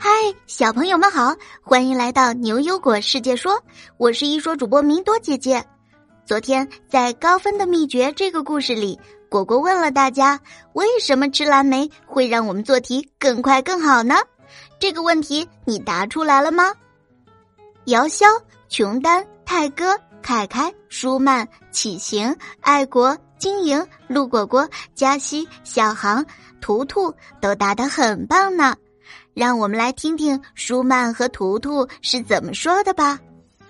嗨，小朋友们好，欢迎来到牛油果世界说，我是一说主播明多姐姐。昨天在高分的秘诀这个故事里，果果问了大家，为什么吃蓝莓会让我们做题更快更好呢？这个问题你答出来了吗？姚潇、琼丹、泰哥、凯凯、舒曼、启行、爱国、金莹、陆果果、嘉熙、小航、图图都答得很棒呢。让我们来听听舒曼和图图是怎么说的吧。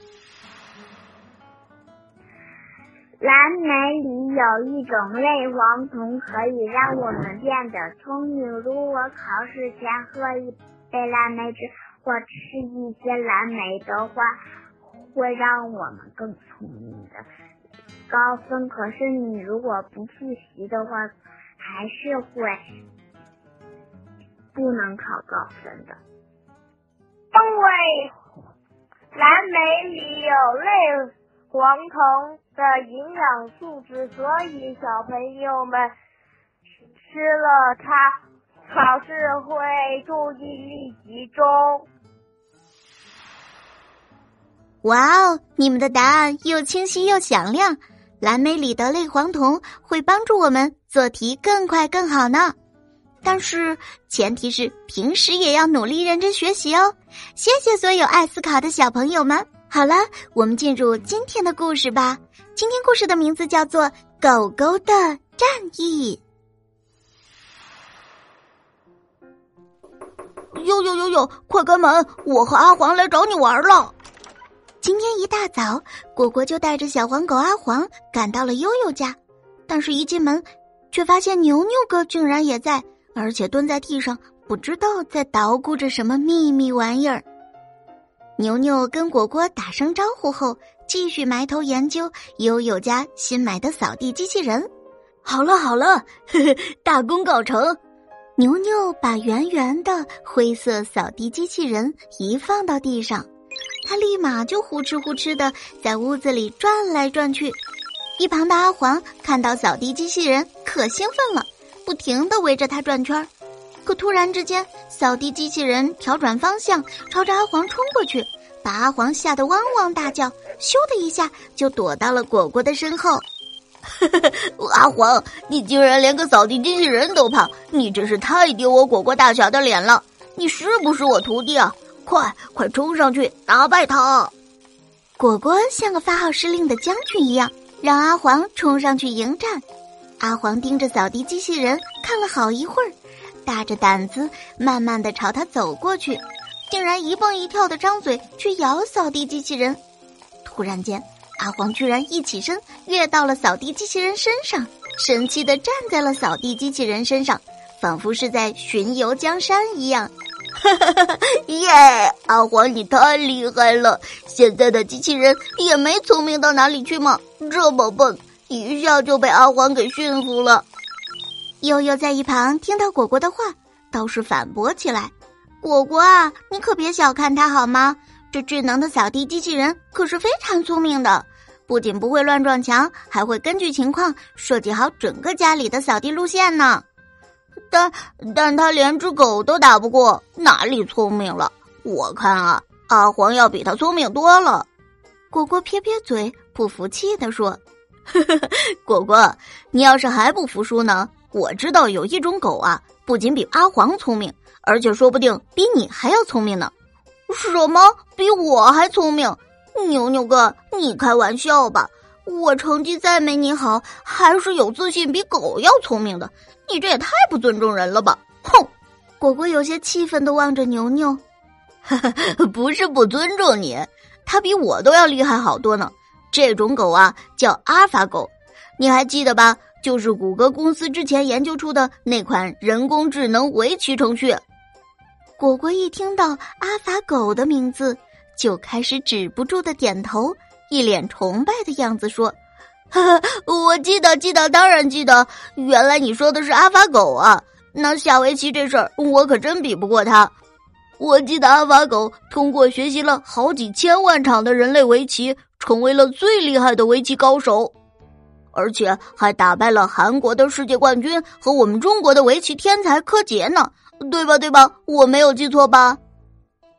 蓝莓里有一种类黄酮，可以让我们变得聪明。如果考试前喝一杯蓝莓汁或吃一些蓝莓的话，会让我们更聪明的高分。可是你如果不复习的话，还是会不能考高分的。 因为蓝莓里有类黄酮的营养素质，所以小朋友们吃了它，考试会注意力集中。 哇哦，你们的答案又清晰又响亮。蓝莓里的类黄酮会帮助我们做题更快更好呢。但是前提是平时也要努力认真学习哦。谢谢所有爱思考的小朋友们。好了，我们进入今天的故事吧。今天故事的名字叫做《狗狗的战役》。 哟，快开门，我和阿黄来找你玩了。 今天一大早，果果就带着小黄狗阿黄赶到了悠悠家，但是一进门却发现牛牛哥竟然也在，而且蹲在地上，不知道在捣鼓着什么秘密玩意儿。牛牛跟果果打声招呼后，继续埋头研究悠悠家新买的扫地机器人。 好了，呵呵，大功告成。 牛牛把圆圆的灰色扫地机器人一放到地上，他立马就呼哧呼哧的在屋子里转来转去。一旁的阿黄看到扫地机器人可兴奋了，不停地围着它转圈。可突然之间，扫地机器人调转方向，朝着阿黄冲过去，把阿黄吓得汪汪大叫，咻的一下就躲到了果果的身后。 阿黄，你竟然连个扫地机器人都怕，你真是太丢我果果大侠的脸了！你是不是我徒弟啊？快冲上去打败他！ 果果像个发号施令的将军一样，让阿黄冲上去迎战。阿黄盯着扫地机器人看了好一会儿，大着胆子慢慢地朝他走过去，竟然一蹦一跳地张嘴去咬扫地机器人。突然间，阿黄居然一起身跃到了扫地机器人身上，神气地站在了扫地机器人身上，仿佛是在巡游江山一样。 耶！阿黄你太厉害了，现在的机器人也没聪明到哪里去嘛，这么笨，一下就被阿黄给驯服了。 悠悠在一旁听到果果的话，倒是反驳起来：果果啊，你可别小看它好吗？这智能的扫地机器人可是非常聪明的，不仅不会乱撞墙，还会根据情况设计好整个家里的扫地路线呢。 但他连只狗都打不过，哪里聪明了？我看啊，阿黄要比他聪明多了。 果果撇撇嘴，不服气地说： 果果，你要是还不服输呢，我知道有一种狗啊，不仅比阿黄聪明，而且说不定比你还要聪明呢。什么？比我还聪明？牛牛哥，你开玩笑吧？我成绩再没你好，还是有自信比狗要聪明的。你这也太不尊重人了吧！哼！ 果果有些气愤地望着牛牛。 不是不尊重你，它比我都要厉害好多呢。这种狗啊，叫阿尔法狗，你还记得吧？就是谷歌公司之前研究出的那款人工智能围棋程序。 果果一听到阿法狗的名字，就开始止不住的点头，一脸崇拜的样子说： 我记得，当然记得。原来你说的是阿法狗啊！那下围棋这事儿，我可真比不过他。我记得阿法狗通过学习了好几千万场的人类围棋，成为了最厉害的围棋高手，而且还打败了韩国的世界冠军和我们中国的围棋天才柯洁呢。对吧？我没有记错吧？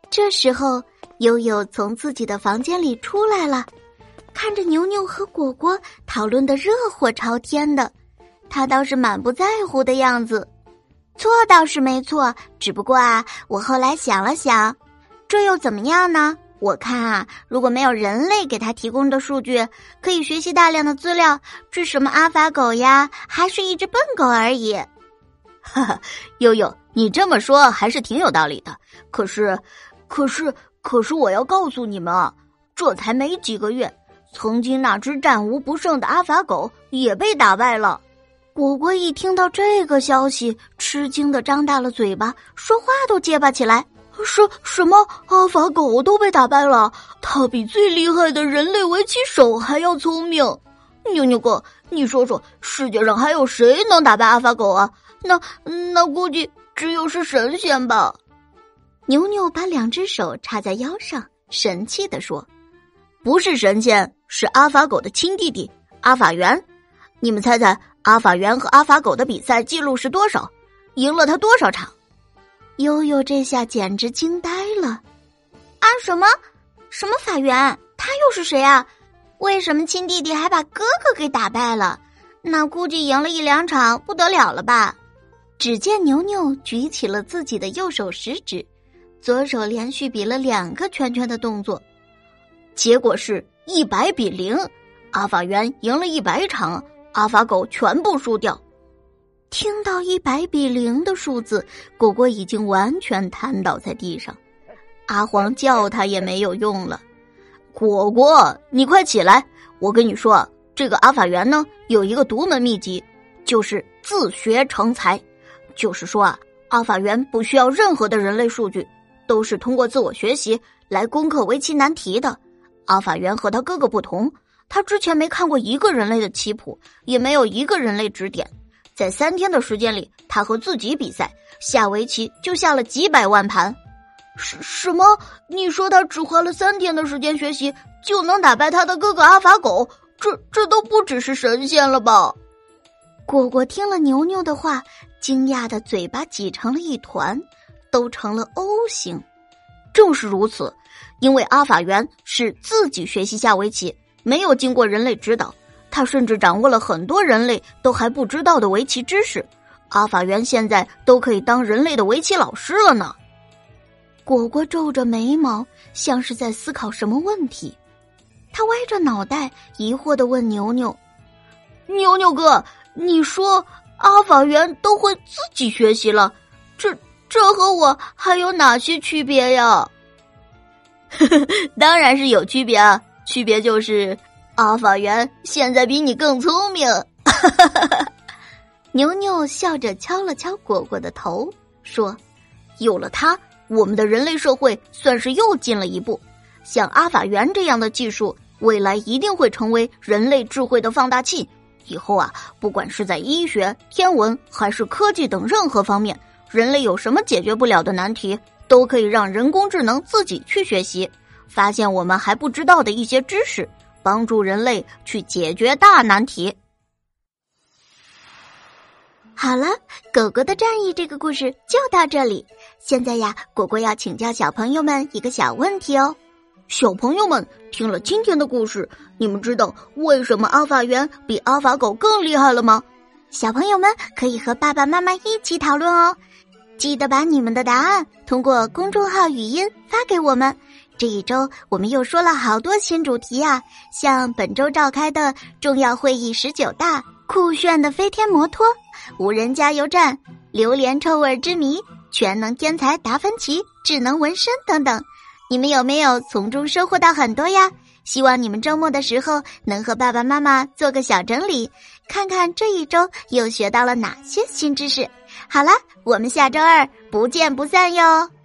这时候，悠悠从自己的房间里出来了，看着牛牛和果果讨论的热火朝天的，他倒是满不在乎的样子。错倒是没错，只不过我后来想了想，这又怎么样呢？我看如果没有人类给他提供的数据，可以学习大量的资料，这什么阿法狗呀，还是一只笨狗而已。 哈哈，悠悠，你这么说还是挺有道理的。可是我要告诉你们啊，这才没几个月，曾经那只战无不胜的阿法狗也被打败了。 果果一听到这个消息，吃惊的张大了嘴巴，说话都结巴起来。 什么？阿法狗都被打败了？它比最厉害的人类围棋手还要聪明。牛牛哥，你说说，世界上还有谁能打败阿法狗啊？那估计只有是神仙吧。 牛牛把2只手插在腰上，神气地说：“ 不是神仙，是阿法狗的亲弟弟阿法猿。你们猜猜，阿法猿和阿法狗的比赛记录是多少？赢了他多少场？” 悠悠这下简直惊呆了。 什么法源？他又是谁啊？为什么亲弟弟还把哥哥给打败了？那估计赢了1、2场不得了了吧？ 只见牛牛举起了自己的右手食指，左手连续比了2个圈圈的动作， 结果是100比0，阿法猿赢了100场，阿法狗全部输掉。 听到100比0的数字，果果已经完全瘫倒在地上。阿黄叫他也没有用了。 果果，你快起来！我跟你说，这个阿法猿呢，有一个独门秘籍，就是自学成才。就是说阿法猿不需要任何的人类数据，都是通过自我学习来攻克围棋难题的。阿法猿和他哥哥不同，他之前没看过一个人类的棋谱，也没有一个人类指点。在3天的时间里，他和自己比赛下围棋就下了几百万盘。什么？你说他只花了3天的时间学习就能打败他的哥哥阿法狗？这都不只是神仙了吧？ 果果听了牛牛的话，惊讶的嘴巴挤成了一团，都成了 O 型。 正是如此，因为阿法猿是自己学习下围棋，没有经过人类指导，他甚至掌握了很多人类都还不知道的围棋知识。阿法猿现在都可以当人类的围棋老师了呢。 果果皱着眉毛，像是在思考什么问题。他歪着脑袋，疑惑地问牛牛：“ 牛牛哥，你说阿法猿都会自己学习了，这和我还有哪些区别呀？”当然是有区别啊，区别就是阿法猿现在比你更聪明。 牛牛笑着敲了敲果果的头，说：“ 有了它，我们的人类社会算是又进了一步。像阿法猿这样的技术，未来一定会成为人类智慧的放大器。以后不管是在医学、天文还是科技等任何方面，人类有什么解决不了的难题，都可以让人工智能自己去学习，发现我们还不知道的一些知识，帮助人类去解决大难题。” 好了，狗狗的战役这个故事就到这里。现在果果要请教小朋友们一个小问题哦。 小朋友们，听了今天的故事，你们知道为什么阿法猿比阿法狗更厉害了吗？ 小朋友们可以和爸爸妈妈一起讨论哦。记得把你们的答案通过公众号语音发给我们。这一周我们又说了好多新主题像本周召开的重要会议19大、酷炫的飞天摩托、无人加油站、榴莲臭味之谜、全能天才达芬奇、智能纹身等等，你们有没有从中收获到很多呀？希望你们周末的时候能和爸爸妈妈做个小整理，看看这一周又学到了哪些新知识。好了，我们下周2不见不散哟。